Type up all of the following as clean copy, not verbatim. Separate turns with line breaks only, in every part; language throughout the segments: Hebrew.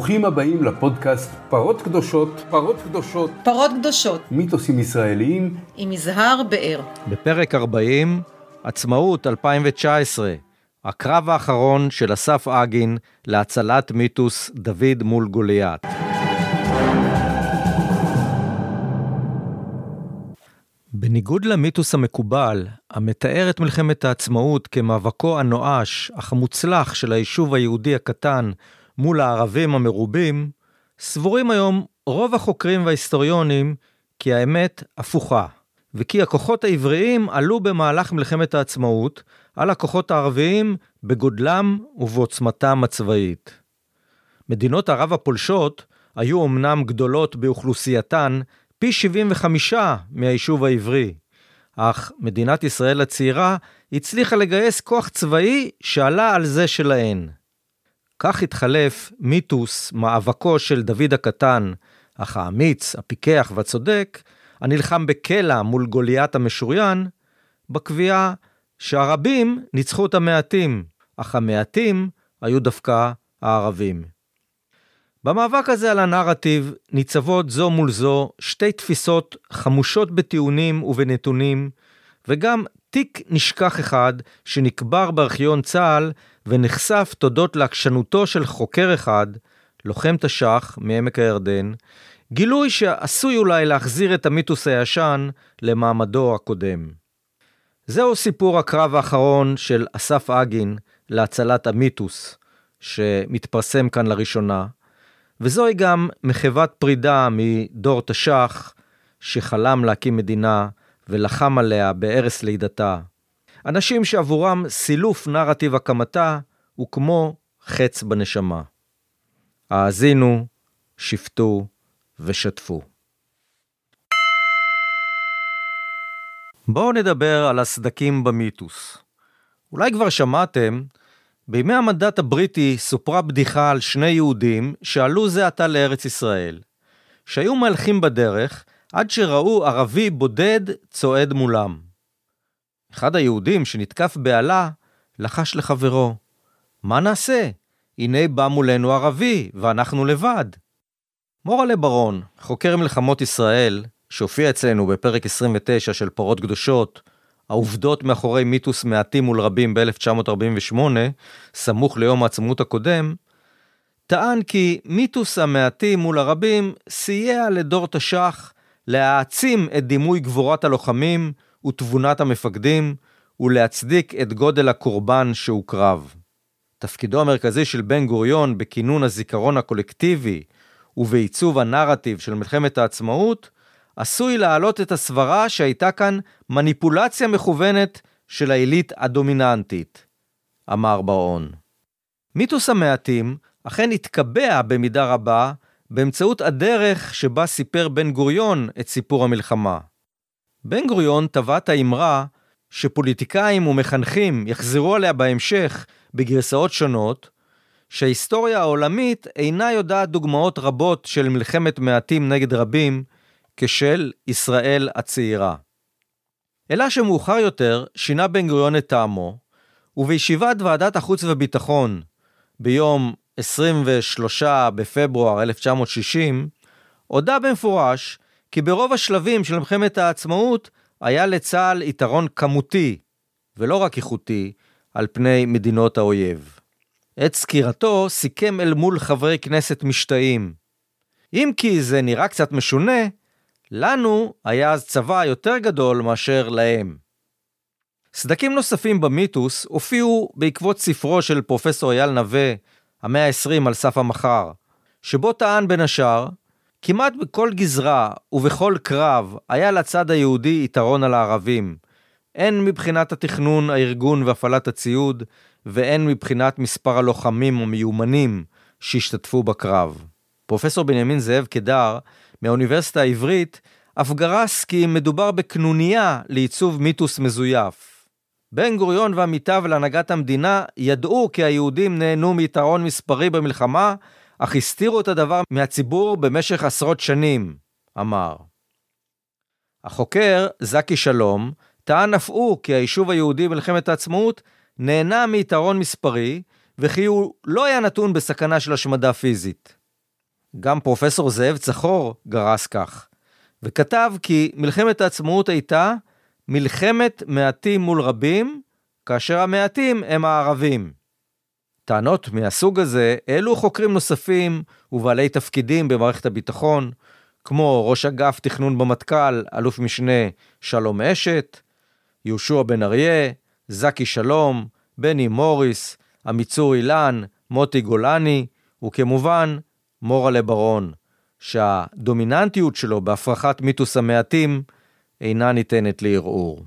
ברוכים הבאים לפודקאסט פרות קדושות, פרות קדושות.
פרות קדושות.
מיתוסים ישראליים.
עם יזהר באר.
בפרק 40, עצמאות 2019, הקרב האחרון של אסף אגין להצלת מיתוס דוד מול גוליית. בניגוד למיתוס המקובל, המתאר את מלחמת העצמאות כמאבקו הנואש, אך המוצלח של היישוב היהודי הקטן מול הערבים המרובים, סבורים היום רוב החוקרים וההיסטוריונים כי האמת הפוכה, וכי הכוחות העבריים עלו במהלך מלחמת העצמאות על הכוחות הערביים בגודלם ובעוצמתם הצבאית. מדינות ערב הפולשות היו אמנם גדולות באוכלוסייתן פי 75 מהיישוב העברי, אך מדינת ישראל הצעירה הצליחה לגייס כוח צבאי שעלה על זה שלהן. כך התחלף מיתוס מאבקו של דוד הקטן, אך האמיץ, הפיקח והצודק, הנלחם בקלע מול גוליית המשוריין, בקביעה שהרבים ניצחו את המעטים, אך המעטים היו דווקא הערבים. במאבק הזה על הנרטיב ניצבות זו מול זו שתי תפיסות חמושות בטיעונים ובנתונים, וגם תיק נשכח אחד שנקבר בארכיון צה"ל ונחשף תודות לעקשנותו של חוקר אחד, לוחם תש"ח מעמק הירדן, גילוי שעשוי אולי להחזיר את המיתוס הישן למעמדו הקודם. זהו סיפור הקרב האחרון של אסף אגין להצלת המיתוס, שמתפרסם כאן לראשונה, וזוהי גם מחוות פרידה מדור תש"ח שחלם להקים מדינה ולחם עליה בערש לידתה. אנשים שעבורם סילוף נרטיב הקמתה הוא כמו חץ בנשמה. האזינו, שפטו ושתפו. בואו נדבר על הסדקים במיתוס. אולי כבר שמעתם, בימי המנדט הבריטי סופרה בדיחה על שני יהודים שעלו זה עתה לארץ ישראל, שהיו מהלכים בדרך עד שראו ערבי בודד צועד מולם. אחד היהודים שנתקף בעלה לחש לחברו, מה נעשה? הנה בא מולנו ערבי ואנחנו לבד. מורלה ברון, חוקר מלחמות ישראל, שהופיע אצלנו בפרק 29 של פרות קדושות, העובדות מאחורי מיתוס מעטים מול רבים ב-1948, סמוך ליום העצמאות הקודם, טען כי מיתוס המעטים מול הרבים סייע לדור תש"ח להעצים את דימוי גבורת הלוחמים ותבונת המפקדים, ולהצדיק את גודל הקורבן שהוקרב. תפקידו המרכזי של בן גוריון בכינון הזיכרון הקולקטיבי ובעיצוב הנרטיב של מלחמת העצמאות, עשוי להעלות את הסברה שהייתה כאן מניפולציה מכוונת של העילית הדומיננטית, אמר ברון. מיתוס המעטים אכן התקבע במידה רבה באמצעות הדרך שבה סיפר בן גוריון את סיפור המלחמה. בן גוריון טבע את האמרה שפוליטיקאים ומחנכים יחזרו עליה בהמשך בגרסאות שונות, שההיסטוריה העולמית אינה יודעת דוגמאות רבות של מלחמת מעטים נגד רבים כשל ישראל הצעירה. אלא שמאוחר יותר שינה בן גוריון את טעמו, ובישיבת ועדת החוץ וביטחון ביום 23 בפברואר 1960, הודע במפורש כי ברוב השלבים של מלחמת העצמאות היה לצה"ל יתרון כמותי, ולא רק איכותי, על פני מדינות האויב. את סקירתו סיכם אל מול חברי כנסת משתאים. אם כי זה נראה קצת משונה, לנו היה אז צבא יותר גדול מאשר להם. סדקים נוספים במיתוס הופיעו בעקבות ספרו של פרופסור אייל נווה, המאה ה-20 על סף המחר, שבו טען בין השאר, כמעט בכל גזרה ובכל קרב היה לצד היהודי יתרון על הערבים, הן מבחינת התכנון, הארגון והפעלת הציוד, והן מבחינת מספר הלוחמים המיומנים שהשתתפו בקרב. פרופסור בנימין זאב קדר, מהאוניברסיטה העברית, אף גרס כי מדובר בקנוניה לעיצוב מיתוס מזויף. בן גוריון ועמיתיו להנהגת המדינה ידעו כי היהודים נהנו מיתרון מספרי במלחמה, אך הסתירו את הדבר מהציבור במשך עשרות שנים, אמר. החוקר זקי שלום טען אף הוא כי היישוב היהודי במלחמת העצמאות נהנה מיתרון מספרי, וכי הוא לא היה נתון בסכנה של השמדה פיזית. גם פרופסור זאב צחור גרס כך, וכתב כי מלחמת העצמאות הייתה מלחמת מעטים מול רבים, כאשר המעטים הם הערבים. טענות מהסוג הזה העלו חוקרים נוספים ובעלי תפקידים במערכת הביטחון, כמו ראש אגף תכנון במטכ"ל, אלוף משנה שלום אשת, יהושע בן אריה, זקי שלום, בני מוריס, עמיצור אילן, מוטי גולני, וכמובן מורלה ברון, שהדומיננטיות שלו בהפרחת מיתוס המעטים אינה ניתנת לערעור.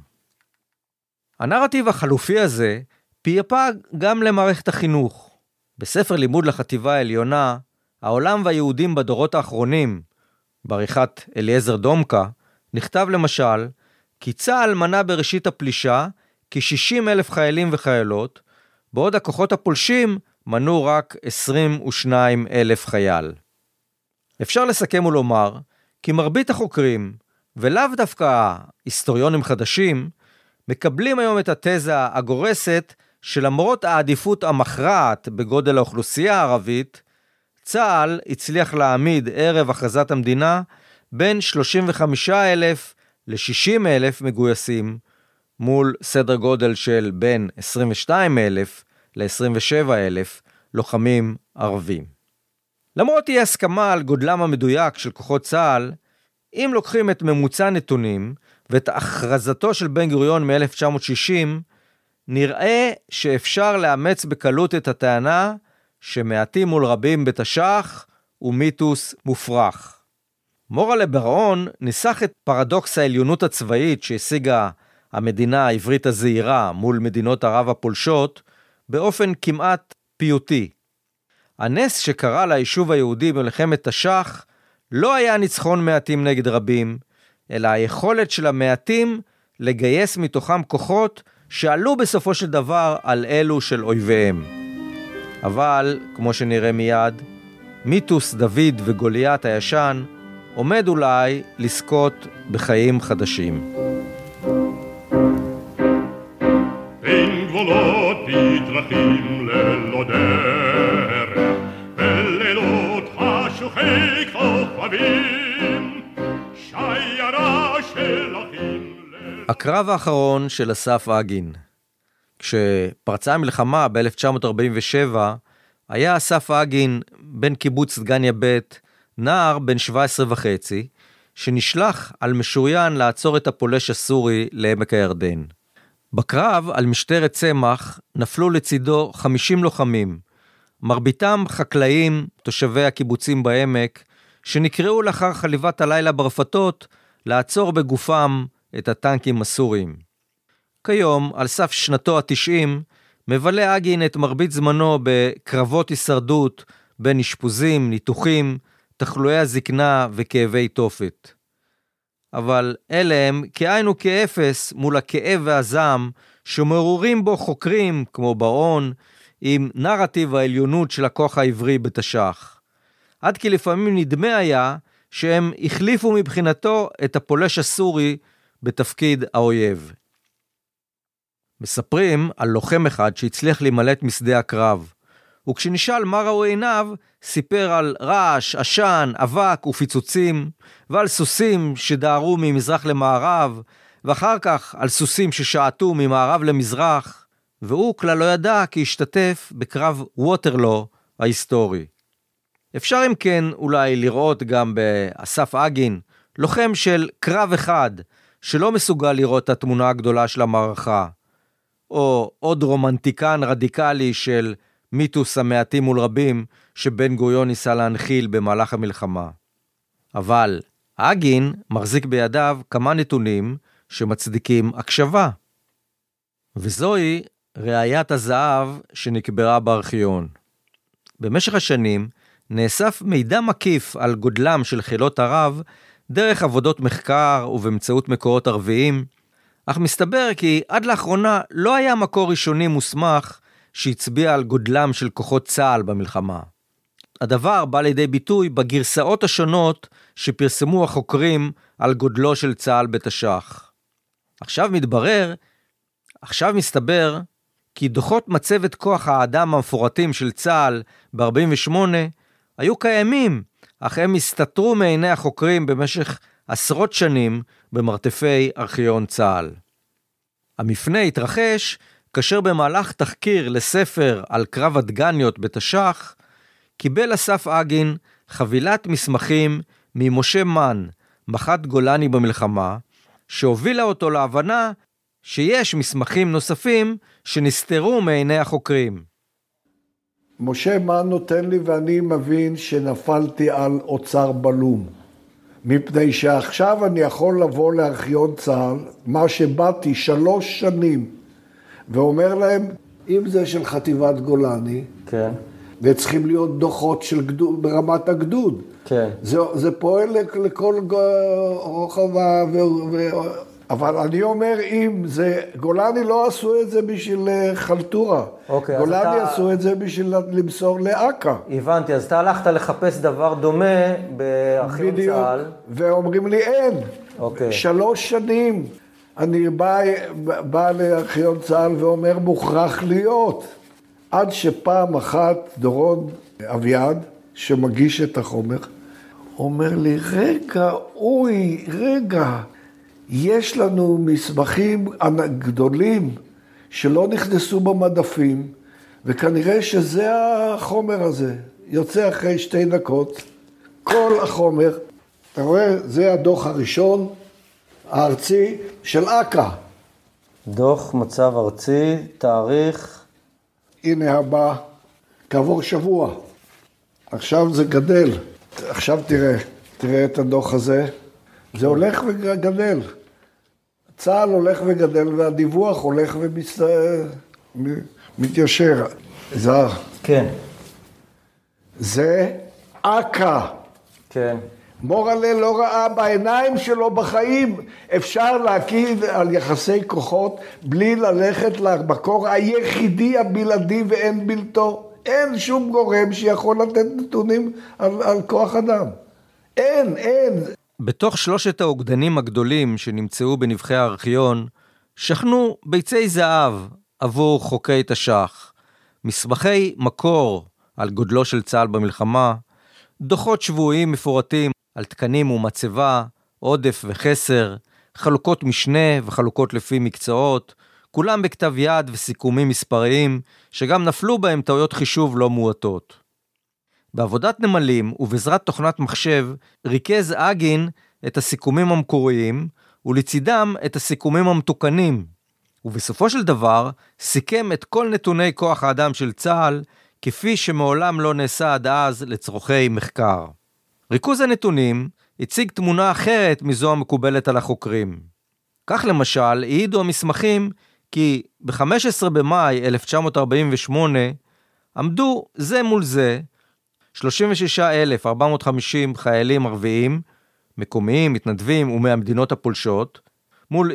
הנרטיב החלופי הזה פייפה גם למערכת החינוך. בספר לימוד לחטיבה העליונה, העולם והיהודים בדורות האחרונים, בעריכת אליעזר דומקה, נכתב למשל, כי צה"ל מנה בראשית הפלישה כ-60,000 חיילים וחיילות, בעוד הכוחות הפולשים מנו רק 22,000 חייל. אפשר לסכם ולומר, כי מרבית החוקרים, ולאו דווקא היסטוריונים חדשים, מקבלים היום את התזה הגורסת שלמרות העדיפות המכרעת בגודל האוכלוסייה הערבית, צה"ל הצליח להעמיד ערב הכרזת המדינה בין 35,000 ל-60,000 מגויסים, מול סדר גודל של בין 22,000 ל-27,000 לוחמים ערבים. למרות אי הסכמה על גודלם המדויק של כוחות צה"ל, אם לוקחים את ממוצע נתונים ואת הכרזתו של בן גוריון מ-1960, נראה שאפשר לאמץ בקלות את הטענה שמעטים מול רבים בתש"ח הוא מיתוס מופרך. מורלה ברון ניסח את פרדוקס העליונות הצבאית שהשיגה המדינה העברית הזעירה מול מדינות ערב הפולשות באופן כמעט פיוטי. הנס שקרה ליישוב היהודי במלחמת תש"ח לא היה ניצחון מעטים נגד רבים, אלא היכולת של המעטים לגייס מתוכם כוחות שעלו בסופו של דבר על אלו של אויביהם. אבל, כמו שנראה מיד, מיתוס דוד וגוליית הישן עומד אולי לזכות בחיים חדשים.
בין גבולות פתרחים ללא דרך, בלילות חשוכי כוכבים, שיירה של אחים.
הקרב האחרון של אסף אגין. כשפרצה המלחמה ב-1947, היה אסף אגין בן קיבוץ דגניה ב', נער בן 17.5, שנשלח על משוריין לעצור את הפולש הסורי לעמק הירדן. בקרב על משטרת צמח נפלו לצידו 50 לוחמים, מרביתם חקלאים, תושבי הקיבוצים בעמק, שנקראו לאחר חליבת הלילה ברפתות לעצור בגופם את הטנקים הסוריים. כיום, על סף שנתו ה-90, מבלה אגין את מרבית זמנו בקרבות הישרדות בין אשפוזים, ניתוחים, תחלואי הזקנה וכאבי תופת. אבל אלה הם כאין וכאפס מול הכאב והזעם שמעוררים בו חוקרים כמו ברון עם נרטיב העליונות של הכוח העברי בתש"ח. עד כי לפעמים נדמה היה שהם החליפו מבחינתו את הפולש הסורי בתפקיד האויב. מספרים על לוחם אחד שהצליח להימלט משדה הקרב, וכשנשאל מה ראו עיניו, סיפר על רעש, עשן, אבק ופיצוצים, ועל סוסים שדהרו ממזרח למערב, ואחר כך על סוסים ששעטו ממערב למזרח, והוא כלל לא ידע כי השתתף בקרב ווטרלו ההיסטורי. אפשר אם כן אולי לראות גם באסף אגין, לוחם של קרב אחד, שלא מסוגל לראות את התמונה הגדולה של המערכה, או עוד רומנטיקן רדיקלי של מיתוס המעטים מול רבים שבן גוריון ניסה להנחיל במהלך המלחמה. אבל אגין מחזיק בידיו כמה נתונים שמצדיקים הקשבה. וזוהי ראיית הזהב שנקברה בארכיון. במשך השנים נאסף מידע מקיף על גודלם של חילות ערב דרך עבודות מחקר ובאמצעות מקורות ערביים, אך מסתבר כי עד לאחרונה לא היה מקור ראשוני מוסמך שהצביע על גודלם של כוחות צה"ל במלחמה. הדבר בא לידי ביטוי בגרסאות השונות שפרסמו החוקרים על גודלו של צה"ל בתש"ח. עכשיו מסתבר כי דוחות מצבת כוח האדם המפורטים של צה"ל ב-48 היו קיימים, אך הם הסתתרו מעיני החוקרים במשך עשרות שנים במרתפי ארכיון צה"ל. המפנה התרחש כאשר במהלך תחקיר לספר על קרב הדגניות בתש"ח, קיבל אסף אגין חבילת מסמכים ממשה מן, מח"ט גולני במלחמה, שהובילה אותו להבנה שיש מסמכים נוספים שנסתרו מעיני החוקרים.
משה מן נותן לי ואני מבין שנפלתי על אוצר בלום. מפני שעכשיו אני יכול לבוא לארכיון צה"ל, מה שבאתי 3 שנים, ואומר להם, אם זה של חטיבת גולני,
כן.
וצריכים להיות דוחות של גדוד, ברמת הגדוד.
כן.
זה פועל לכל רוחב, אבל אני אומר, אם זה, גולני לא עשו את זה בשביל חלטורה.
אוקיי,
גולני עשו את זה בשביל למסור לאקה.
הבנתי, אז אתה הלכת לחפש דבר דומה בארכיון צה"ל.
ואומרים לי, אין.
אוקיי.
3 שנים. אני בא לארכיון צה"ל ואומר, מוכרח להיות. עד שפעם אחת דורון אביעד, שמגיש את החומר, אומר לי, רגע, יש לנו מסמכים גדולים שלא נכנסו במדפים, וכנראה שזה החומר הזה. יוצא אחרי 2 דקות, כל החומר, אתה רואה, זה הדוח הראשון, הארצי של אקה.
דוח מצב ארצי, תאריך.
הנה הבא, כעבור שבוע. עכשיו זה גדל. עכשיו תראה את הדוח הזה. זה הולך וגדל. צה"ל הולך וגדל והדיווח הולך ומתיישר. זר.
כן.
זה אקה.
כן.
מורלה לא ראה בעיניים שלו בחיים. אפשר להקיד על יחסי כוחות בלי ללכת למקור היחידי הבלעדי ואין בלתו. אין שום גורם שיכול לתת נתונים על כוח אדם. אין.
בתוך 3 האוגדנים הגדולים שנמצאו בנבחי הארכיון, שכנו ביצי זהב עבור חוקי תש"ח, מסמכי מקור על גודלו של צה"ל במלחמה, דוחות שבועיים מפורטים על תקנים ומצבה, עודף וחסר, חלוקות משנה וחלוקות לפי מקצועות, כולם בכתב יד וסיכומים מספריים, שגם נפלו בהם טעויות חישוב לא מועטות. בעבודת נמלים ובעזרת תוכנת מחשב, ריכז אגין את הסיכומים המקוריים, ולצידם את הסיכומים המתוקנים, ובסופו של דבר סיכם את כל נתוני כוח האדם של צה"ל, כפי שמעולם לא נעשה עד אז לצורכי מחקר. ריכוז הנתונים הציג תמונה אחרת מזו המקובלת על החוקרים. כך למשל, העידו המסמכים כי ב-15 במאי 1948 עמדו זה מול זה 36,450 חיילים ערביים, מקומיים, מתנדבים ומהמדינות הפולשות, מול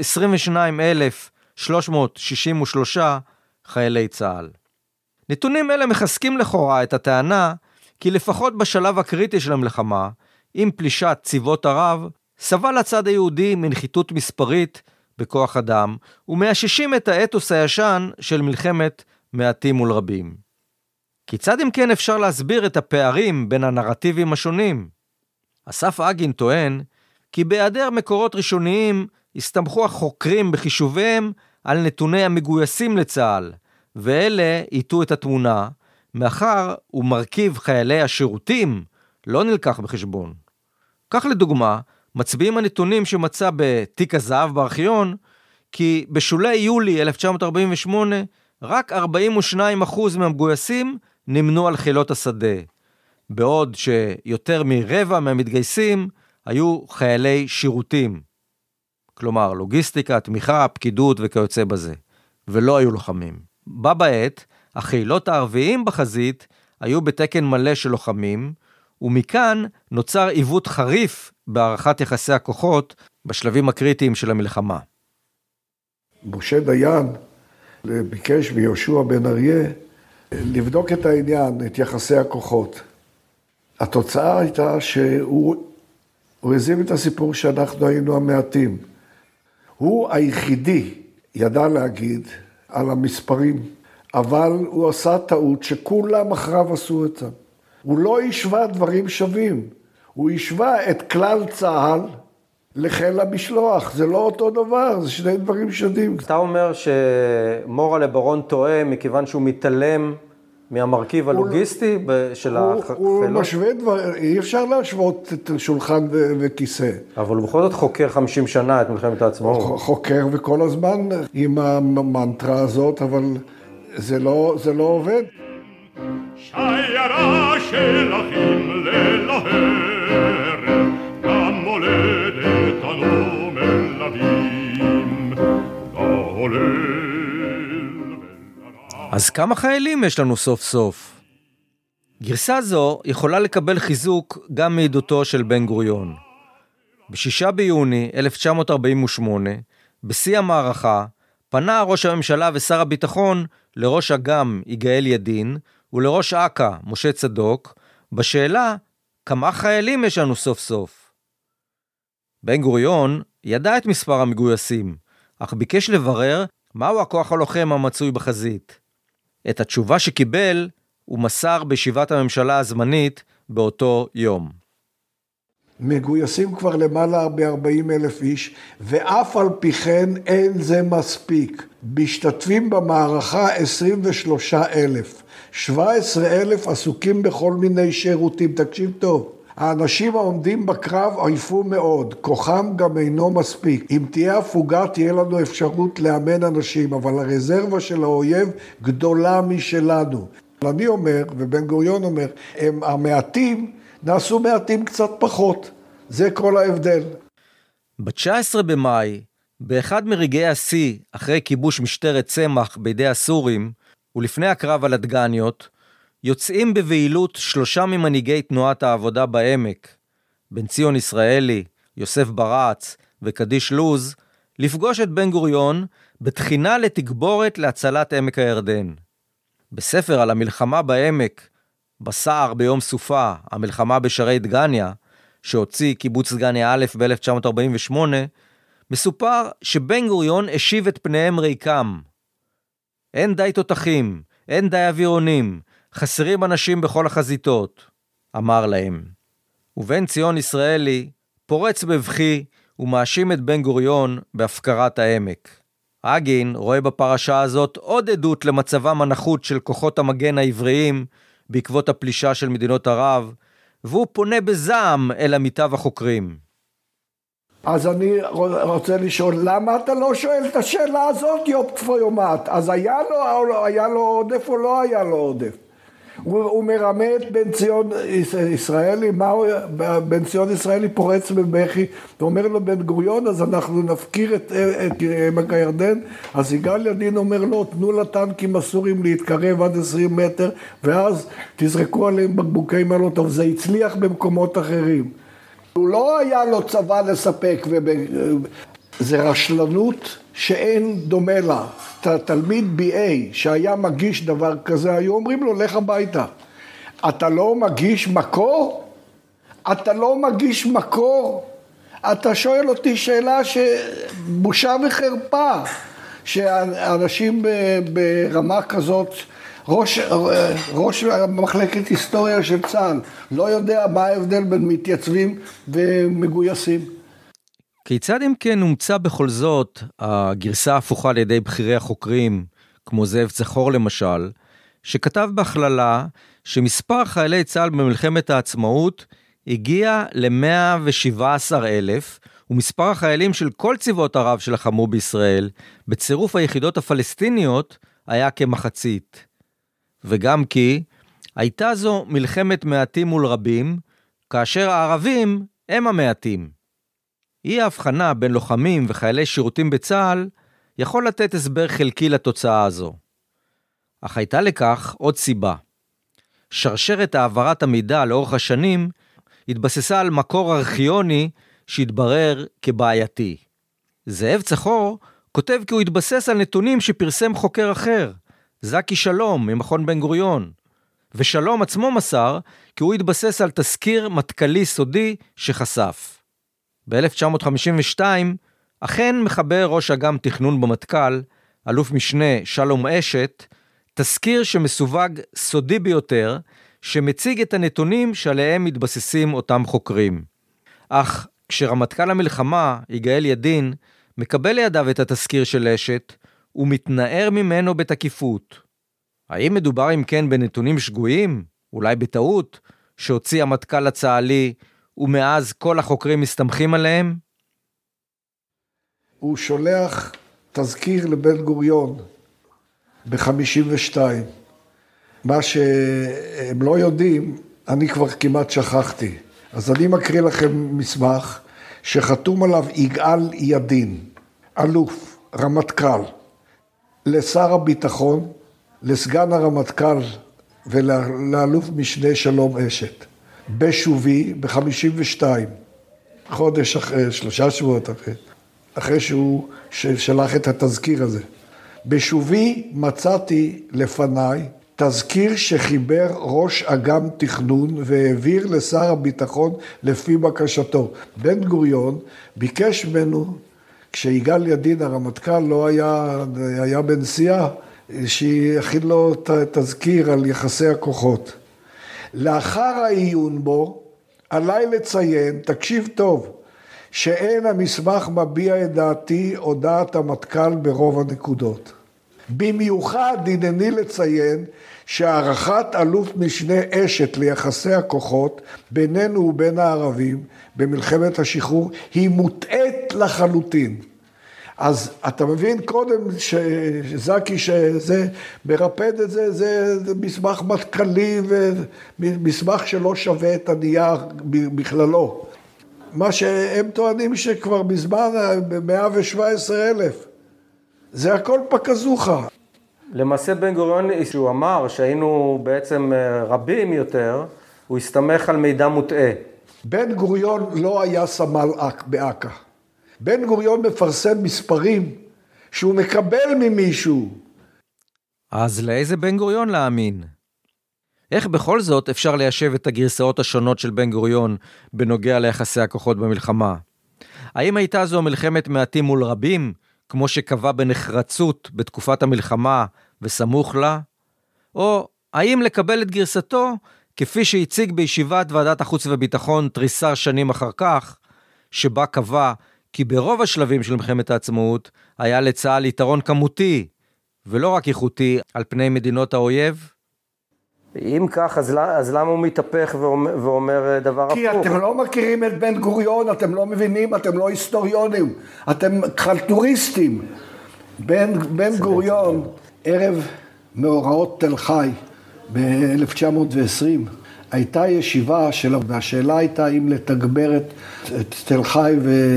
22,363 חיילי צה"ל. נתונים אלה מחזקים לכאורה את הטענה כי לפחות בשלב הקריטי של המלחמה, עם פלישת צבאות ערב, סבל הצד היהודי מנחיתות מספרית בכוח אדם, ומאששים את האתוס הישן של מלחמת מעטים מול רבים. כיצד אם כן אפשר להסביר את הפערים בין הנרטיבים השונים? אסף אגין טוען כי בהיעדר מקורות ראשוניים הסתמכו החוקרים בחישוביהם על נתוני המגויסים לצה"ל, ואלה איתו את התמונה, מאחר ומרכיב חיילי השירותים לא נלקח בחשבון. כך לדוגמה, מצביעים הנתונים שמצא בתיק הזהב בארכיון, כי בשולי יולי 1948 רק 42% מהמגויסים נמנו על חילות השדה, בעוד שיותר מרבע מהמתגייסים היו חיילי שירותים, כלומר לוגיסטיקה, תמיכה, פקידות וכיוצא בזה, ולא היו לוחמים. בה בעת, החילות הערביים בחזית היו בתקן מלא של לוחמים, ומכאן נוצר עיוות חריף בערכת יחסי הכוחות בשלבים הקריטיים של המלחמה.
משה דיין ביקש מיהושע בן אריה לבדוק את העניין, את יחסי הכוחות. התוצאה הייתה שהוא הזים את הסיפור שאנחנו היינו המעטים. הוא היחידי ידע להגיד על המספרים, אבל הוא עשה טעות שכולם אחריו עשו את זה. הוא לא השווה דברים שווים. הוא השווה את כלל צה"ל לחיל המשלוח, זה לא אותו דבר, זה שני דברים שונים.
אתה אומר שמורלה ברון טועה מכיוון שהוא מתעלם מהמרכיב הלוגיסטי של החיילות?
הוא משווה דבר, אי אפשר להשוות את שולחן וכיסא.
אבל הוא בכל זאת חוקר 50 שנה את מלחמת העצמאות.
חוקר וכל הזמן עם המנטרה הזאת, אבל זה לא עובד.
שיירה של אחים ללהר, גם מולדת אנו מלווים,
אז כמה חיילים יש לנו סוף סוף? גרסה זו יכולה לקבל חיזוק גם מעדותו של בן גוריון. ב6 ביוני 1948, בשיא המערכה, פנה ראש הממשלה ושר הביטחון לראש אג"ם יגאל ידין ולראש אכ"א משה צדוק בשאלה כמה חיילים יש לנו סוף סוף. בן גוריון ידע את מספר המגויסים, אך ביקש לברר מהו הכוח הלוחם המצוי בחזית. את התשובה שקיבל הוא מסר בישיבת הממשלה הזמנית באותו יום.
מגויסים כבר למעלה ב-40,000 איש, ואף על פי כן אין זה מספיק. משתתפים במערכה 23,000. 17,000 עסוקים בכל מיני שירותים. תקשיב טוב. האנשים העומדים בקרב עייפו מאוד, כוחם גם אינו מספיק. אם תהיה הפוגה תהיה לנו אפשרות לאמן אנשים, אבל הרזרבה של האויב גדולה משלנו. אני אומר, ובן גוריון אומר, המעטים נעשו מעטים קצת פחות. זה כל ההבדל.
ב-19 במאי, באחד מרגעי השיא אחרי כיבוש משטרת צמח בידי הסורים, ולפני הקרב על הדגניות, יוצאים בבהילות 3 ממנהיגי תנועת העבודה בעמק, בן ציון ישראלי, יוסף ברץ וקדיש לוז, לפגוש את בן גוריון בתחינה לתגבורת להצלת עמק הירדן. בספר על המלחמה בעמק, בסער ביום סופה, המלחמה בשרי דגניה, שהוציא קיבוץ דגניה א' ב-1948, מסופר שבן גוריון השיב את פניהם ריקם. אין די תותחים, אין די אווירונים, חסרים אנשים בכל החזיתות, אמר להם. ובן ציון ישראלי פורץ בבכי ומאשים את בן גוריון בהפקרת העמק. אגין רואה בפרשה הזאת עוד עדות למצבם הנחות של כוחות המגן העבריים בעקבות הפלישה של מדינות ערב, והוא פונה בזעם אל עמיתיו החוקרים.
אז אני רוצה לשאול, למה אתה לא שואל את השאלה הזאת יום כפו יומת? אז היה לו עודף או לא היה לו עודף? הוא מרמה את בן ציון ישראלי, בן ציון ישראלי פורץ בבכי, ואומר לו בן גוריון, אז אנחנו נפקיר את עמק הירדן. אז יגאל ידין אומר לו, תנו לטנקים הסורים להתקרב עד 20 מטר, ואז תזרקו עליהם בקבוקי מלוטוב. זה הצליח במקומות אחרים. הוא לא היה לו צבא לספק, זה רשלנות שאין דומה לה. תלמיד BA שהיה מגיש דבר כזה, היו אומרים לו, לך הביתה. אתה לא מגיש מקור? אתה לא מגיש מקור? אתה שואל אותי שאלה שבושה וחרפה, שאנשים ברמה כזאת, ראש מחלקת היסטוריה של צה"ל, לא יודע מה ההבדל בין מתייצבים ומגויסים.
כיצד אם כן הומצא בכל זאת הגרסה הפוכה על ידי בחירי החוקרים, כמו זאב צחור למשל, שכתב בהכללה שמספר חיילי צה"ל במלחמת העצמאות הגיע ל-117,000, ומספר החיילים של כל צבאות ערב שלחמו בישראל, בצירוף היחידות הפלסטיניות, היה כמחצית. וגם כי הייתה זו מלחמת מעטים מול רבים, כאשר הערבים הם המעטים. אי ההבחנה בין לוחמים וחיילי שירותים בצה"ל יכול לתת הסבר חלקי לתוצאה הזו. אך הייתה לכך עוד סיבה. שרשרת העברת המידע לאורך השנים התבססה על מקור ארכיוני שהתברר כבעייתי. זאב צחור כותב כי הוא התבסס על נתונים שפרסם חוקר אחר, זקי שלום ממכון בן גוריון, ושלום עצמו מסר כי הוא התבסס על תזכיר מטכ"לי סודי שחשף. ב-1952 אכן מחבר ראש אג"ם תכנון במטכ"ל, אלוף משנה שלום אשת, תזכיר שמסווג סודי ביותר, שמציג את הנתונים שעליהם מתבססים אותם חוקרים. אך כשרמטכ"ל המלחמה, יגאל ידין, מקבל לידיו את התזכיר של אשת, הוא מתנער ממנו בתקיפות. האם מדובר אם כן בנתונים שגויים, אולי בטעות, שהוציא המטכ"ל הצה"לי, ומאז כל החוקרים מסתמכים עליהם?
הוא שולח תזכיר לבן גוריון ב-52. מה שהם לא יודעים, אני כבר כמעט שכחתי. אז אני מקריא לכם מסמך שחתום עליו יגאל ידין, אלוף, רמטכ"ל, לשר הביטחון, לסגן הרמטכ"ל ולאלוף משנה שלום אשת. בשובי ב-52, חודש אחרי, 3 שבועות אחרי שהוא שלח את התזכיר הזה. בשובי מצאתי לפניי תזכיר שחיבר ראש אג"ם תכנון והעביר לשר הביטחון לפי בקשתו. בן גוריון ביקש ממנו, כשיגאל ידין הרמטכ"ל לא היה בנסיעה, שיכין לו תזכיר על יחסי הכוחות. לאחר העיון בו, עליי לציין, תקשיב טוב, שאין המסמך מביע את דעתי או דעת המטכ"ל ברוב הנקודות. במיוחד הנני לציין שהערכת אלוף משנה אשת ליחסי הכוחות בינינו ובין הערבים במלחמת השחרור היא מוטעת לחלוטין. אז אתה מבין קודם שזקי שזה מרפד את זה, זה מסמך מטכ"לי ומסמך שלא שווה את הנייר בכללו. מה שהם טוענים שכבר בזמן 117,000, זה הכל פקזוחה.
למעשה בן גוריון, שהוא אמר שהיינו בעצם רבים יותר, הוא הסתמך על מידע מוטעה.
בן גוריון לא היה סמל באק"א. בן גוריון מפרסם מספרים שהוא מקבל ממישהו.
אז לאיזה בן גוריון להאמין? איך בכל זאת אפשר ליישב את הגרסאות השונות של בן גוריון בנוגע ליחסי הכוחות במלחמה? האם הייתה זו מלחמת מעטים מול רבים, כמו שקבע בנחרצות בתקופת המלחמה וסמוך לה? או האם לקבל את גרסתו כפי שהציג בישיבת ועדת החוץ וביטחון תריסר שנים אחר כך, שבה קבע כי ברוב השלבים של מלחמת העצמאות היה לצה"ל יתרון כמותי, ולא רק איכותי, על פני מדינות האויב? אם כך, אז למה הוא מתהפך ואומר דבר הפוך?
כי אתם לא מכירים את בן גוריון, אתם לא מבינים, אתם לא היסטוריונים, אתם חלטוריסטים. בן גוריון, ערב מאורעות תל חי ב-1920, הייתה ישיבה שלו, והשאלה הייתה אם לתגבר את תל חי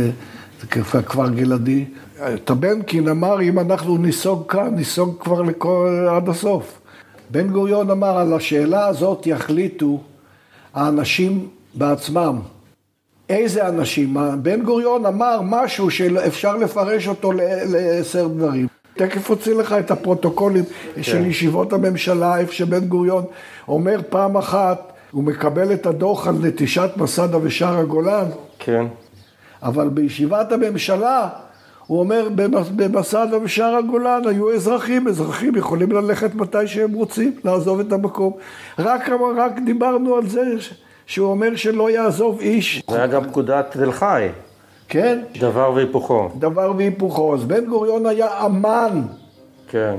וכפר גלעדי. טבנקין אמר, אם אנחנו ניסוג כאן, ניסוג כבר עד הסוף. בן גוריון אמר, על השאלה הזאת יחליטו האנשים בעצמם. איזה אנשים? בן גוריון אמר משהו שאפשר לפרש אותו ל10 דברים. תכף הוציא לך את הפרוטוקולים של ישיבות הממשלה, איפה שבן גוריון אומר פעם אחת, הוא מקבל את הדוח על נטישת מסדה ושער הגולן.
כן.
אבל בישיבת הממשלה, הוא אומר, במסדה ושער הגולן היו אזרחים יכולים ללכת מתי שהם רוצים, לעזוב את המקום. רק דיברנו על זה, שהוא אומר שלא יעזוב איש.
זה היה גם פקודת תל חי.
כן.
דבר והיפוכו.
דבר והיפוכו. אז בן גוריון היה אמן.
כן.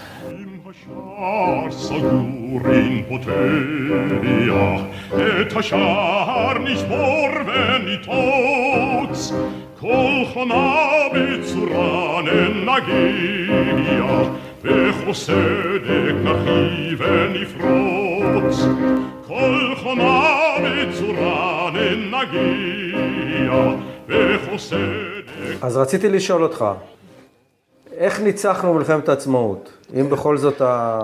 השער סגור אין פותח, את השער נשבור וניתוץ, כל חומה בצורה נגיע, וחוסדק נרחיב ונפרוץ, כל חומה בצורה נגיע, וחוסדק...
אז רציתי לשאול אותך, איך ניצחנו מלחמת העצמאות? אם בכל זאת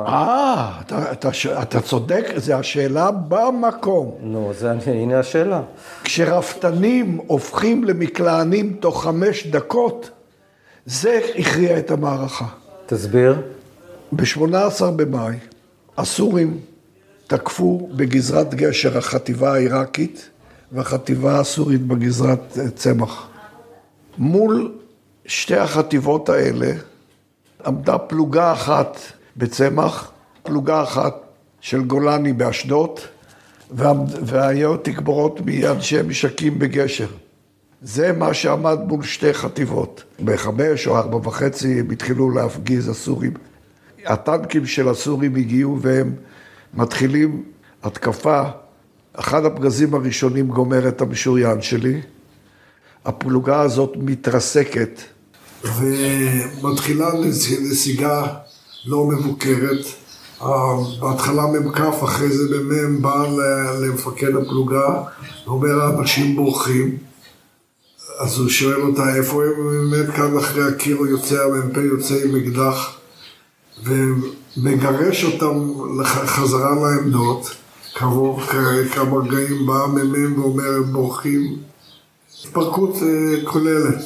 אתה צודק, זה השאלה במקום.
נו, הנה השאלה.
כשרפתנים הופכים למקלענים תוך 5 דקות, זה הכריע את המערכה.
תסביר.
ב-18 במאי, הסורים תקפו בגזרת גשר החטיבה העיראקית, והחטיבה הסורית בגזרת צמח. מול שתי החטיבות האלה עמדה פלוגה אחת בצמח, פלוגה אחת של גולני באשדוד, והיו תגבורות מאנשי משקים בגשר. זה מה שעמד מול שתי חטיבות. ב5 או 4:30 הם התחילו להפגיז הסורים. הטנקים של הסורים הגיעו והם מתחילים התקפה. אחד הפגזים הראשונים גומר את המשוריין שלי. הפלוגה הזאת מתרסקת ומתחילה נסיגה לא מבוקרת. בהתחלה ממקף, אחרי זה במם בא למפקד הפלוגה, ואומר האנשים בורחים. אז הוא שואל אותה איפה הם, באמת כאן אחרי הקיר הוא יוצא, המ"פ יוצא עם אקדח, ומגרש אותם חזרה לעמדות. כעבור כמה רגעים בא המ"מ ואומר הם בורחים. התפרקות כוללת.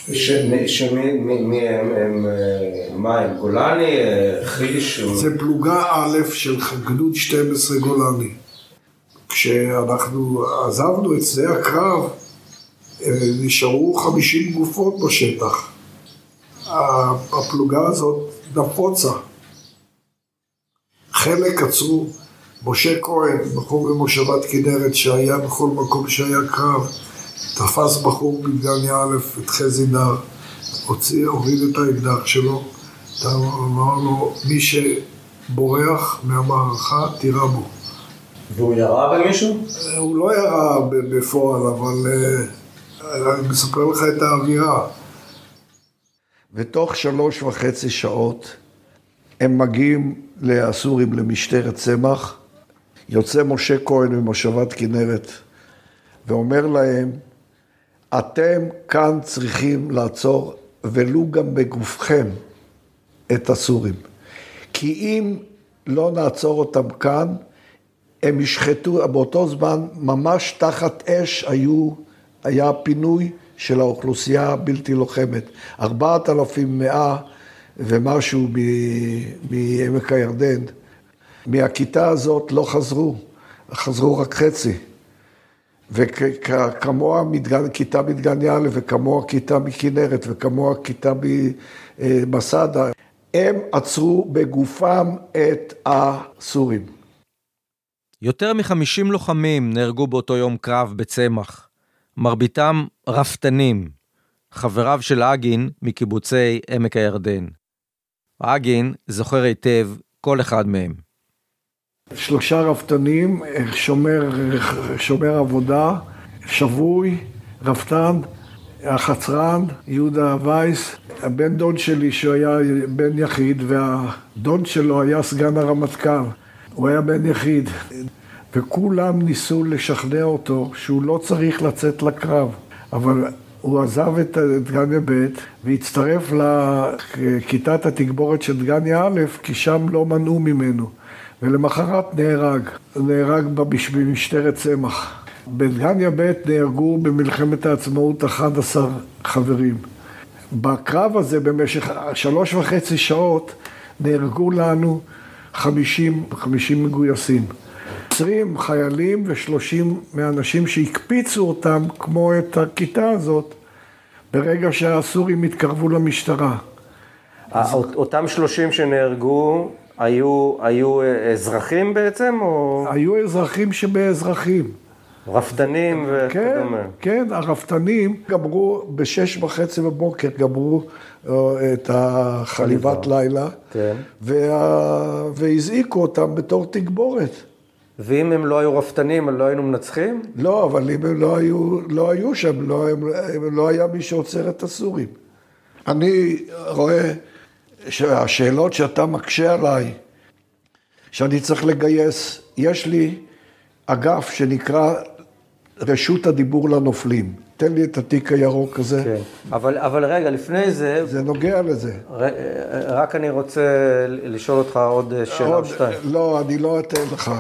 מי הם, מה הם, גולני, חיש?
זה פלוגה א' של גדוד 12 גולני. כשאנחנו עזבנו את שדה הקרב, נשארו 50 גופות בשטח. הפלוגה הזאת נפוצה. חלק עצרו, משה כהן, בחור במושבת כנרת, שהיה בכל מקום שהיה קרב, תפס בחור בדגניה א' את חזי דר, הוריד את האקדח שלו, אמר לו, מי שבורח מהמערכה, תירה בו.
והוא ירה במישהו?
הוא לא ירה בפועל, אבל אני מספר לך את האווירה. ותוך 3.5 שעות הם מגיעים לאסורים למשטרת צמח, יוצא משה כהן ממושבת כנרת, ואומר להם, אתם כאן צריכים לעצור, ולו גם בגופכם, את הסורים. כי אם לא נעצור אותם כאן, הם ישחטו, באותו זמן, ממש תחת אש היה פינוי של האוכלוסייה הבלתי לוחמת. 4,100 ומשהו מעמק הירדן. מהכיתה הזאת לא חזרו רק חצי. וכמוה כיתה מדגניה א' וכמוה כיתה מכנרת וכמוה כיתה במסדה, הם עצרו בגופם את הסורים.
יותר מ-50 לוחמים נהרגו באותו יום קרב בצמח, מרביתם רפתנים, חבריו של אגין מקיבוצי עמק הירדן. אגין זוכר היטב כל אחד מהם.
3 רפתנים, שומר עבודה, שבוי, רפתן, החצרן, יהודה וייס, הבן דוד שלי שהיה בן יחיד, והדוד שלו היה סגן הרמטכ"ל, הוא היה בן יחיד, וכולם ניסו לשכנע אותו שהוא לא צריך לצאת לקרב, אבל הוא עזב את דגניה ב' והצטרף לכיתת התגבורת של דגניה א', כי שם לא מנעו ממנו. ולמחרת נהרג במשטרת צמח. בדגניה ב' נהרגו במלחמת העצמאות 11 חברים. בקרב הזה במשך 3.5 שעות נהרגו לנו 50 מגויסים. 20 חיילים ו30 מאנשים שהקפיצו אותם כמו את הכיתה הזאת ברגע שהסורים התקרבו למשטרה.
אותם 30 שנהרגו היו אזרחים בעצם או?
היו אזרחים שבאזרחים.
רפתנים וכדומה.
כן, הרפתנים גמרו ב6:30 בבוקר, גמרו את החליבת לילה,
כן.
והזעיקו אותם בתור תגבורת.
ואם הם לא היו רפתנים, הם לא היינו מנצחים?
לא, אבל אם הם לא היו שם, לא היה מי שעוצר את הסורים. אני רואה שהשאלות שאתה מקשה עליי, שאני צריך לגייס, יש לי אגף שנקרא רשות הדיבור לנופלים. תן לי את התיק הירוק הזה.
כן. אבל רגע, לפני זה...
זה נוגע לזה.
רק אני רוצה לשאול אותך עוד שאלה או שתיים.
לא, אני לא אתן לך.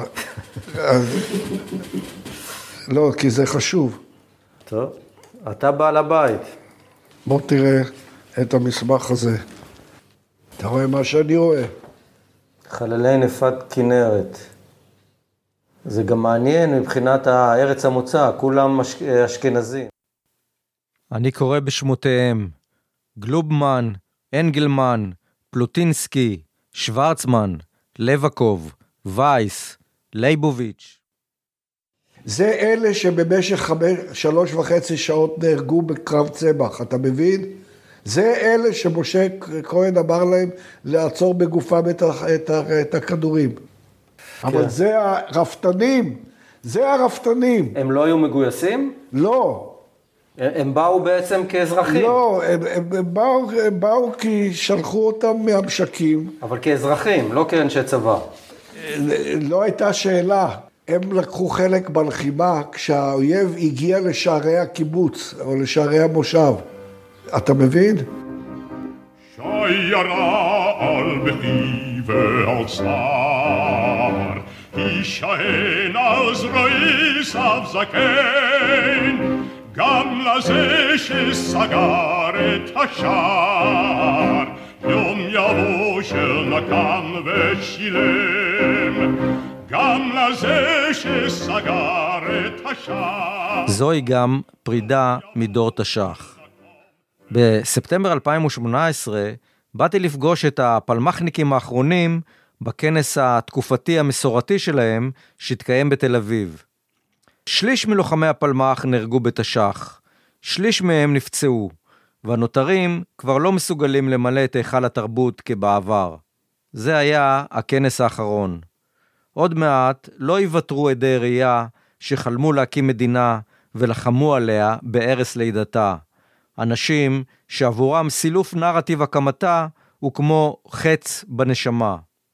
לא, כי זה חשוב.
טוב, אתה בעל הבית.
בוא תראה את המסמך הזה. אתה רואה מה שאני רואה?
חללי נפת כנרת. זה גם מעניין מבחינת הארץ המוצא, כולם אשכנזים. אני קורא בשמותיהם, גלובמן, אנגלמן, פלוטינסקי, שוורצמן, לבקוב, וייס, לייבוביץ'.
זה אלה שבמשך 3.5 שעות נהרגו בקרב צמח, אתה מבין? זה אלה שמשה כהן אמר להם לעצור בגופם את הכדורים. אבל זה הרפתנים, זה הרפתנים.
הם לא היו מגויסים?
לא.
הם באו בעצם כאזרחים?
לא, הם באו כי שלחו אותם מהמשקים.
אבל כאזרחים, לא כאנשי צבא.
לא הייתה שאלה. הם לקחו חלק בלחימה כשהאויב הגיע לשערי הקיבוץ או לשערי המושב. אתה מבין?
שיירה על בכי ועל צער, הישען על זרועי סב זקן, גם לזה שסגר את השער, יום יבוא של נקם ושילם, גם לזה שסגר את השער.
זוהי גם פרידה מדור תש"ח. בספטמבר 2018 באתי לפגוש את הפלמחניקים האחרונים בכנס התקופתי המסורתי שלהם שהתקיים בתל אביב. שליש מלוחמי הפלמח נהרגו בתש"ח, שליש מהם נפצעו, והנותרים כבר לא מסוגלים למלא את היכל התרבות כבעבר. זה היה הכנס האחרון. עוד מעט לא יוותרו עדי ראייה שחלמו להקים מדינה ולחמו עליה בערש לידתה. אנשים שעבורם סילוף נרטיב הקמתה הוא כמו חץ בנשמה.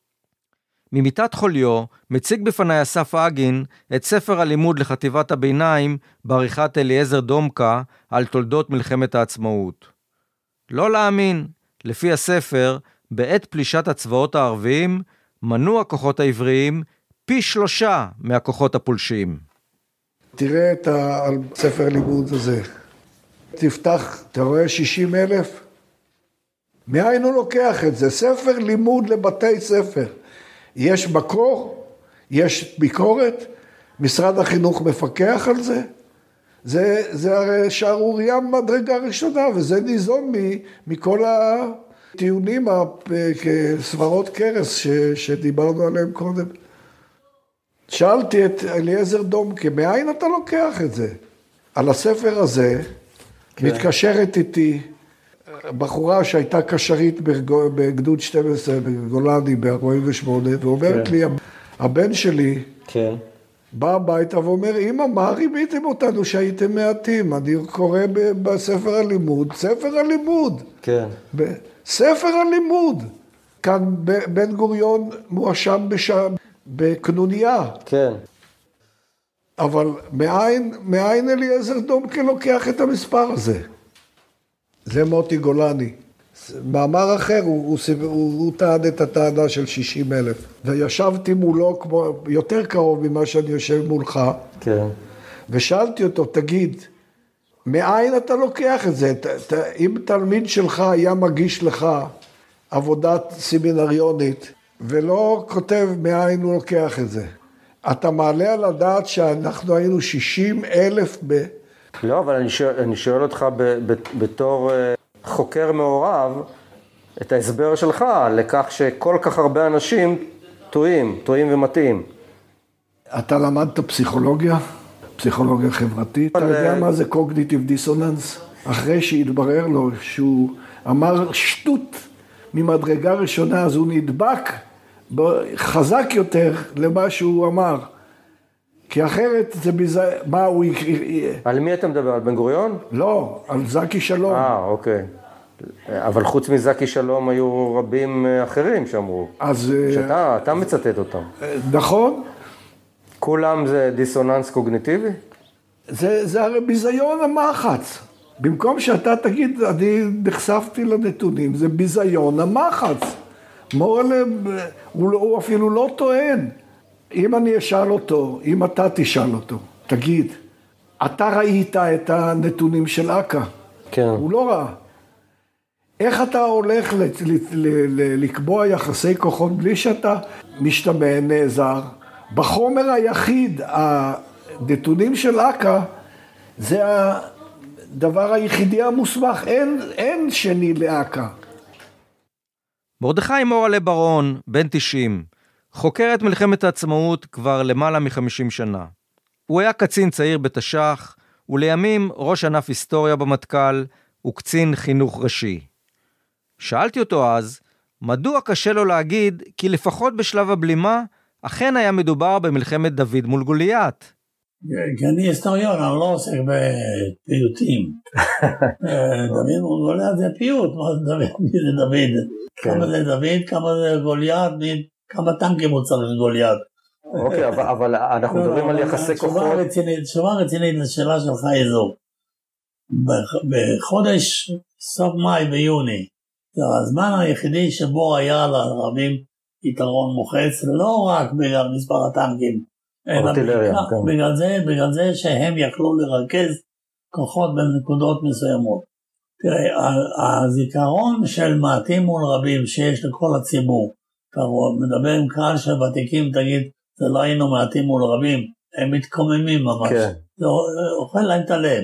ממיטת חוליו מציג בפני אסף אגין את ספר הלימוד לחטיבת הביניים בעריכת אליעזר דומקה על תולדות מלחמת העצמאות. לא להאמין, לפי הספר, בעת פלישת הצבאות הערביים, מנו הכוחות העבריים פי 3 מהכוחות הפולשים.
תראה את הספר לימוד הזה. תפתח, אתה רואה 60,000? מאין הוא לוקח את זה? ספר לימוד לבתי ספר. יש מקור, יש ביקורת, משרד החינוך מפקח על זה. זה הרי שערוריה מדרגה ראשונה, וזה ניזון מכל הטיעונים, סברות קרס שדיברנו עליהם קודם. שאלתי את אליעזר דומקה, מאין אתה לוקח את זה? על הספר הזה, כן. מתקשרת איתי בחורה שהייתה קשרית בגדוד 12 בגולני ב-48, ואומרת כן. לי, הבן שלי כן. בא הביתה ואומר, אמא, מה רימיתם אותנו שהייתם מעטים? אני קורא בספר הלימוד, ספר הלימוד. כן. ספר הלימוד. כאן בן גוריון מואשם בקנוניה. כן. אבל מאין אליעזר דומקה לוקח את המספר הזה? זה מוטי גולני. מאמר אחר, הוא טען את הטענה של 60,000. וישבתי מולו יותר קרוב ממה שאני יושב מולך. כן. ושאלתי אותו, תגיד, מאין אתה לוקח את זה? אם תלמיד שלך היה מגיש לך עבודת סמינריונית, ולא כותב מאין הוא לוקח את זה. אתה מעלה על הדעת שאנחנו היינו 60,000
לא, אבל אני שואל אותך בתור חוקר מעורב, את ההסבר שלך לכך שכל כך הרבה אנשים טועים ומתאים.
אתה למדת פסיכולוגיה חברתית. אתה יודע מה זה cognitive dissonance? אחרי שהתברר לו שהוא אמר שטות ממדרגה ראשונה, אז הוא נדבק חזק יותר למה שהוא אמר. כי אחרת זה מה הוא...
על מי אתה מדבר? על בן גוריון?
לא, על זקי שלום.
אוקיי. אבל חוץ מזקי שלום היו רבים אחרים שאמרו. אז... שאתה מצטט אותם.
נכון.
כולם זה דיסוננס קוגניטיבי?
זה הרי ביזיון המחץ. במקום שאתה תגיד, אני נחשפתי לנתונים, זה ביזיון המחץ. הוא אפילו לא טוען. אם אני אשאל אותו, אם אתה תשאל אותו, תגיד, אתה ראית את הנתונים של אקה? כן. הוא לא ראה. איך אתה הולך לקבוע יחסי כוחות בלי שאתה משתמן, נעזר? בחומר היחיד, הנתונים של אקה, זה הדבר היחידי המוסמך, אין שני לאקה.
מרדכי מורלה ברון, בן 90, חוקר את מלחמת העצמאות כבר למעלה מ-50 שנה. הוא היה קצין צעיר בתש"ח, ולימים ראש ענף היסטוריה במטכ"ל, וקצין חינוך ראשי. שאלתי אותו אז, מדוע קשה לו להגיד כי לפחות בשלב הבלימה, אכן היה מדובר במלחמת דוד מול גוליית?
כי אני היסטוריון, אני לא עוסק בפיוטים. דוד מול גוליית זה פיוט, מי זה דוד? כמה זה דוד, כמה זה גוליית, כמה טנקים הוא צריך גוליית.
אוקיי, אבל אנחנו מדברים על יחסי כוחות.
תשובה רצינית לשאלה שלך איזו. בחודש סוף מאי ויוני, זה הזמן היחידי שבו היה לערבים יתרון מוחץ, לא רק בגלל מספר הטנקים, אלא בגלל זה שהם יכלו לרכז כוחות בנקודות מסוימות. תראה, הזיכרון של מעטים מול רבים שיש לכל הציבור, אתה מדבר עם קהל של ותיקים, תגיד, זה לא היינו מעטים מול רבים, הם מתקוממים ממש, זה אוכל להם את הלב.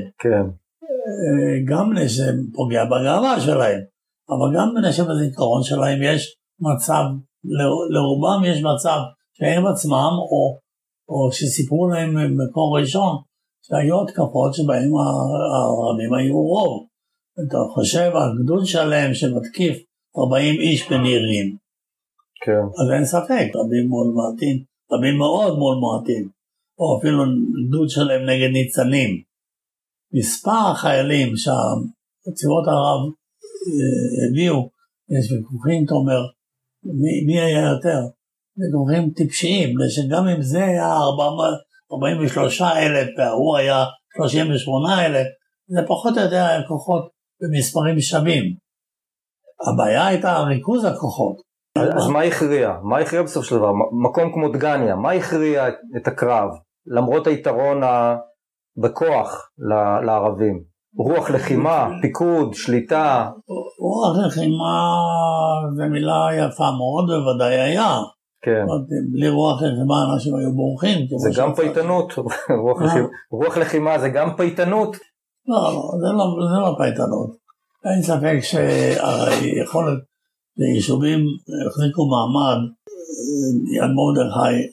גם שזה פוגע בגאווה שלהם, אבל גם בנשם הזיכרון שלהם יש מצב, לרובם יש מצב שהם עצמם, או שסיפרו להם במקור ראשון, שהיו התקפות שבהם הערבים היו רוב. אתה חושב על גדוד שלם שמתקיף 40 איש בנירים.
כן.
אז אין ספק, רבים מול מעטים, רבים מאוד מול מעטים, או אפילו גדוד שלם נגד ניצנים. מספר החיילים שהצבאות הערב הביאו, יש ויכוחים, אתה אומר, מי היה יותר? ויכוחים טיפשיים, שגם אם זה היה 43,000 והוא היה 38,000, זה פחות או יותר היה כוחות במספרים שווים. הבעיה הייתה ריכוז הכוחות.
אז מה הכריע? מה הכריע בסוף של דבר? מקום כמו דגניה, מה הכריע את הקרב? למרות היתרון בכוח לערבים? רוח לחימה, פיקוד, שליטה?
רוח לחימה זה מילה יפה מאוד, בוודאי היה.
כן.
בלי רוח לחימה אנשים היו בורחים.
זה גם פייטנות. רוח לחימה זה גם פייטנות?
לא, זה לא פייטנות. אין ספק שהיכולת ליישובים החזיקו מעמד, יד מרדכי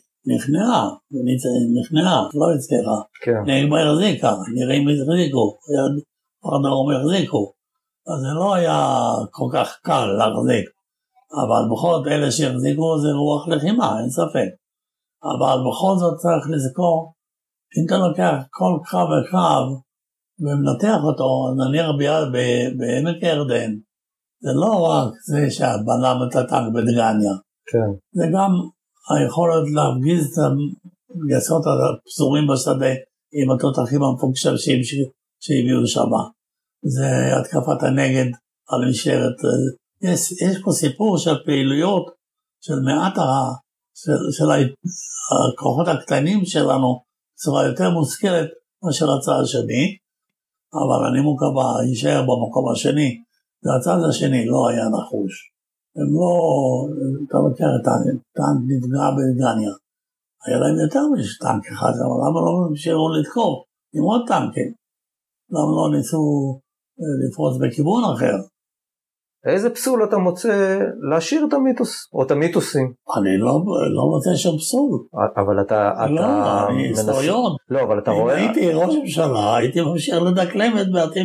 נכנעה, לא הצליחה. נגמר החזיקה, נראים החזיקו, יד פרדרום החזיקו. אז זה לא היה כל כך קל להחזיק. אבל בכל זאת אלה שהחזיקו זה רוח לחימה, אין ספק. אבל בכל זאת צריך לזכור, אם אתה לוקח כל קרב וקרב ומנתח אותו, נניח בעמק ירדן, זה לא רק זה שהבלם את הטנק בדגניה,
כן. זה
גם היכולת להפגיז את הגייסות הפזורים בשדה עם התותחים המפוקששים שהביאו שם. זה התקפת הנגד על משטרת. יש פה סיפור של פעילויות של מעט של הכוחות הקטנים שלנו, בצורה יותר מושכלת מאשר הצד השני, אבל אני מוקבע יישאר במקום השני, והצד השני לא היה נחוש. הם לא, אתה לוקח את טנק נפגע בדגניה, היה להם יותר משטנק אחד, אבל למה לא המשיכו לתקוף עם עוד טנקים? למה לא ניסו לפרוץ בכיוון אחר?
איזה פסול אתה מוצא להשאיר את המיתוס, או את המיתוסים?
אני לא מוצא שום פסול.
אבל אתה...
לא, אני היסטוריון.
לא, אבל אתה רואה...
אם הייתי ראש ממשלה, הייתי ממשיך לדקלם את בעתים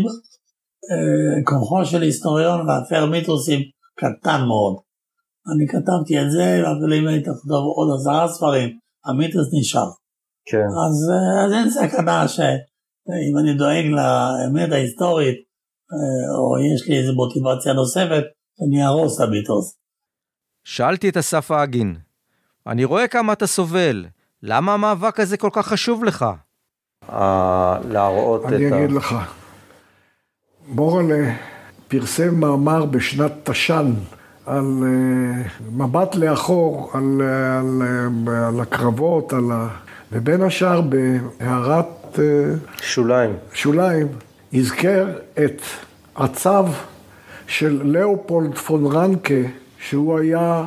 כוחו של היסטוריון להפר מיתוסים קטן מאוד. אני כתבתי את זה, ואפילו אם הייתי כתוב עוד 10 ספרים, המיתוס נשאר.
כן.
אז אין סכנה שאם אני דואג לאמת ההיסטורית, או יש לי איזו מוטיבציה נוספת, אני ארוס את המיתוס.
שאלתי את אסף האגין, אני רואה כמה אתה סובל, למה המאבק הזה כל כך חשוב לך? להראות
אני אגיד לך, מורלה פרסם מאמר בשנת תש"ן, על מבט לאחור, על הקרבות, ובין השאר בהערת שוליים, הזכר את הצו של לאופולד פון רנקה, שהוא היה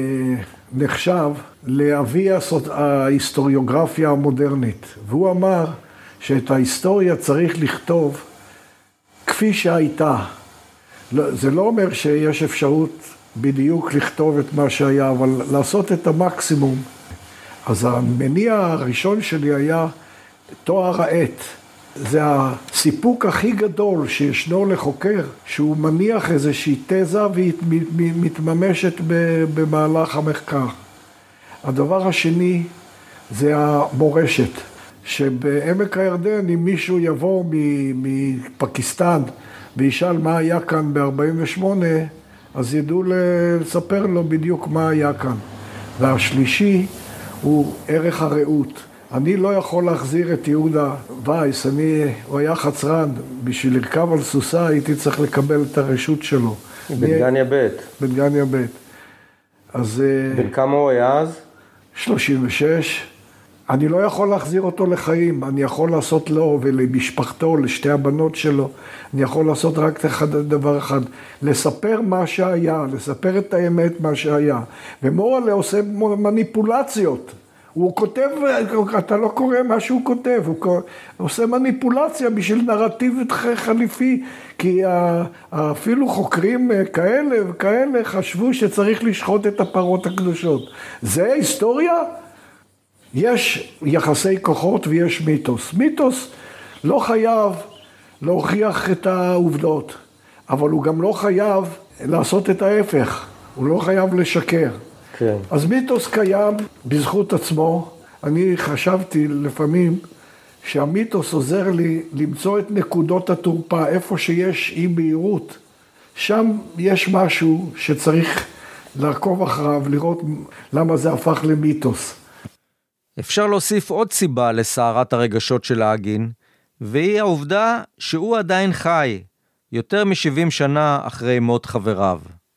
נחשב לאבי ההיסטוריוגרפיה המודרנית. והוא אמר שאת ההיסטוריה צריך לכתוב כפי שהייתה. זה לא אומר שיש אפשרות בדיוק לכתוב את מה שהיה, אבל לעשות את המקסימום. אז המניע הראשון שלי היה תואר העט. זה הסיפוק הכי גדול שישנו לחוקר, שהוא מניח איזושהי תזה והיא מתממשת במהלך המחקר. הדבר השני זה המורשת, שבעמק הירדן אם מישהו יבוא מפקיסטן וישאל מה היה כאן ב-48, אז ידעו לספר לו בדיוק מה היה כאן. והשלישי הוא ערך הרעות. אני לא יכול להחזיר את יהודה וייס, הוא היה חצרן, בשביל לרכב על סוסה הייתי צריך לקבל את הרשות שלו.
בדגניה ב'.
בדגניה ב'. אז...
בן כמה הוא היה אז?
36. אני לא יכול להחזיר אותו לחיים, אני יכול לעשות לו ולמשפחתו, לשתי הבנות שלו, אני יכול לעשות רק דבר אחד, לספר מה שהיה, לספר את האמת מה שהיה. ומורלה עושה מניפולציות. הוא כותב, אתה לא קורא מה שהוא כותב, הוא עושה מניפולציה בשביל נרטיב חליפי, כי אפילו חוקרים כאלה וכאלה חשבו שצריך לשחוט את הפרות הקדושות. זה היסטוריה? יש יחסי כוחות ויש מיתוס. מיתוס לא חייב להוכיח את העובדות, אבל הוא גם לא חייב לעשות את ההפך, הוא לא חייב לשקר. כן. אז מיתוס קיים בזכות עצמו. אני חשבתי לפעמים שהמיתוס עוזר לי למצוא את נקודות התורפה, איפה שיש אי בהירות. שם יש משהו שצריך לעקוב אחריו, לראות למה זה הפך למיתוס.
אפשר להוסיף עוד סיבה לסערת הרגשות של האגין, והיא העובדה שהוא עדיין חי, יותר מ-70 שנה אחרי מות חבריו.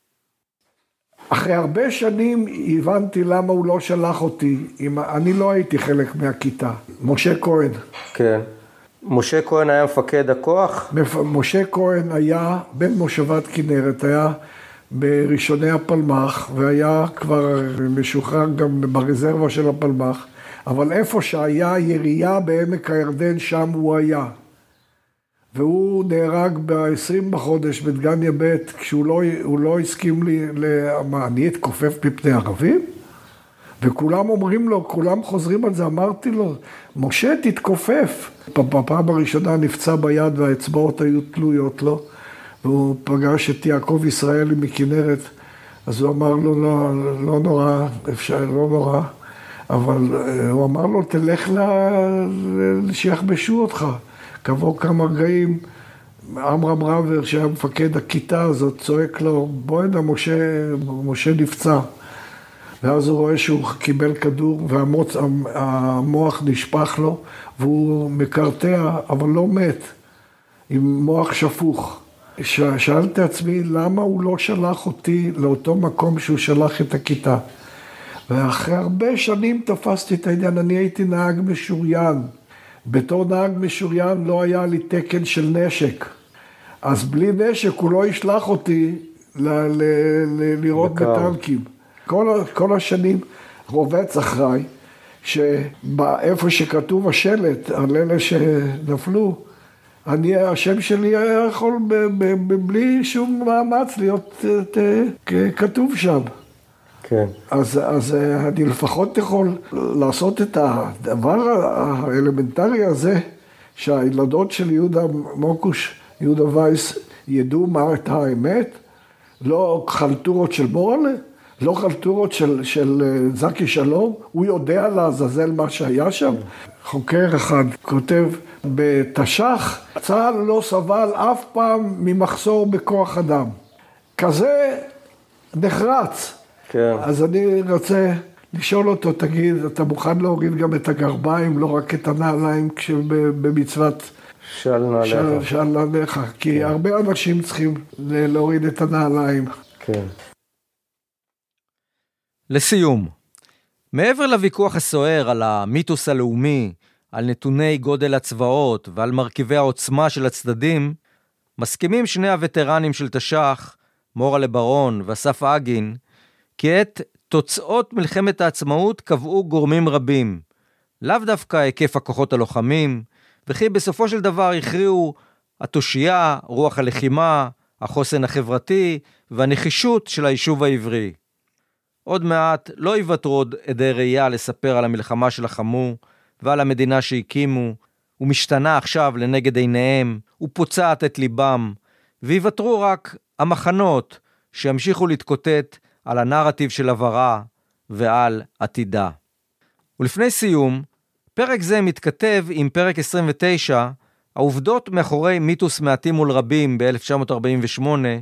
אחרי הרבה שנים הבנתי למה הוא לא שלח אותי, אני לא הייתי חלק מהכיתה. משה כהן.
כן. משה כהן היה מפקד הכוח?
משה כהן היה בן מושבת כנרת, היה בראשוני הפלמ"ח, והיה כבר משוחרר גם ברזרבה של הפלמ"ח, אבל איפה שהיה ירייה בעמק הירדן, שם הוא היה. והוא נהרג ב-20 בחודש בדגניה ב' כשהוא לא הסכים לי, אני אתכופף מפני ערבים? וכולם אומרים לו, כולם חוזרים על זה, אמרתי לו, משה תתכופף. בפעם הראשונה נפצע ביד והאצבעות היו תלויות לו, והוא פגש את יעקב ישראלי מכנרת, אז הוא אמר לו, לא נורא, אפשר, לא נורא, אבל הוא אמר לו, תלך שיחבשו אותך. כעבור כמה רגעים, עמרם ראבר, שהיה מפקד הכיתה הזאת, צועק לו, בוא הנה, משה נפצע. ואז הוא רואה שהוא קיבל כדור, והמוח נשפך לו, והוא מקרטע, אבל לא מת, עם מוח שפוך. שאלתי עצמי, למה הוא לא שלח אותי לאותו מקום שהוא שלח את הכיתה? ואחרי הרבה שנים תפסתי את העניין, אני הייתי נהג משוריין. בתור נהג משוריין לא היה לי תקן של נשק. אז בלי נשק הוא לא ישלח אותי לראות בטנקים. כל השנים רובץ אחריי, שבאיפה שכתוב השלט על אלה שנפלו, השם שלי היה יכול בלי שום מאמץ להיות כתוב שם.
כן.
אז אני לפחות יכול לעשות את הדבר האלמנטרי הזה, שהילדות של יהודה מוקוש, יהודה וייס, ידעו מה את האמת, לא חלטורות של מורלה, לא חלטורות של זקי שלום, הוא יודע לעזאזל מה שהיה שם. חוקר אחד כותב, בתש"ח צה"ל לא סבל אף פעם ממחסור בכוח אדם. כזה נחרץ.
כן.
אז אני רוצה לשאול אותו, תגיד, אתה מוכן להוריד גם את הגרביים, לא רק את הנעליים, במצוות של נעליך, כי כן. הרבה אנשים צריכים להוריד את הנעליים.
כן. לסיום, מעבר לוויכוח הסוער על המיתוס הלאומי, על נתוני גודל הצבאות ועל מרכיבי העוצמה של הצדדים, מסכימים שני הווטרנים של תש"ח, מורלה ברון ואסף אגין, כי את תוצאות מלחמת העצמאות קבעו גורמים רבים, לאו דווקא היקף הכוחות הלוחמים, וכי בסופו של דבר הכריעו התושייה, רוח הלחימה, החוסן החברתי והנחישות של היישוב העברי. עוד מעט לא יוותרו עוד עדי ראייה לספר על המלחמה שלחמו ועל המדינה שהקימו, ומשתנה עכשיו לנגד עיניהם ופוצעת את ליבם, ויוותרו רק המחנות שימשיכו להתקוטט על הנרטיב של עברה ועל עתידה. ולפני סיום, פרק זה מתכתב עם פרק 29, העובדות מאחורי מיתוס מעטים מול רבים ב-1948,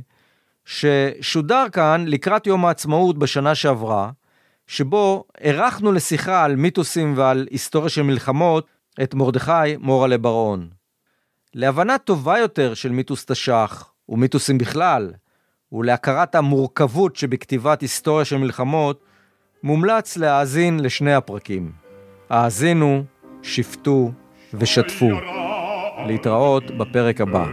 ששודר כאן לקראת יום העצמאות בשנה שעברה, שבו ערכנו לשיחה על מיתוסים ועל היסטוריה של מלחמות את מרדכי מורלה בר-און. להבנה טובה יותר של מיתוס תש"ח ומיתוסים בכלל, ולהכרת המורכבות שבכתיבת היסטוריה של מלחמות, מומלץ להאזין לשני הפרקים. האזינו, שפטו ושתפו. להתראות בפרק הבא.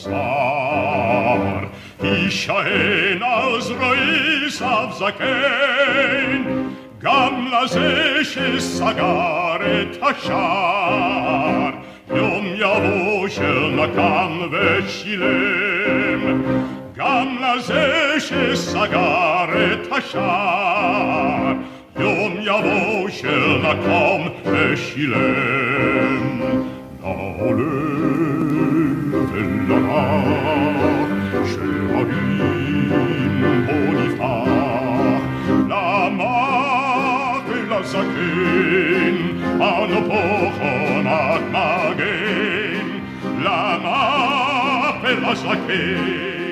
יישען אז רועיסיו זקן, גם לזה שסגר את השער, יום יבוא שנקם ושילם, גם לזה שסגר את השער, יום יבוא שנקם ושילם. לעולה ולרע שרבים בו נפתח, למח ולזקן אנו פה חונת מגן, למח ולזקן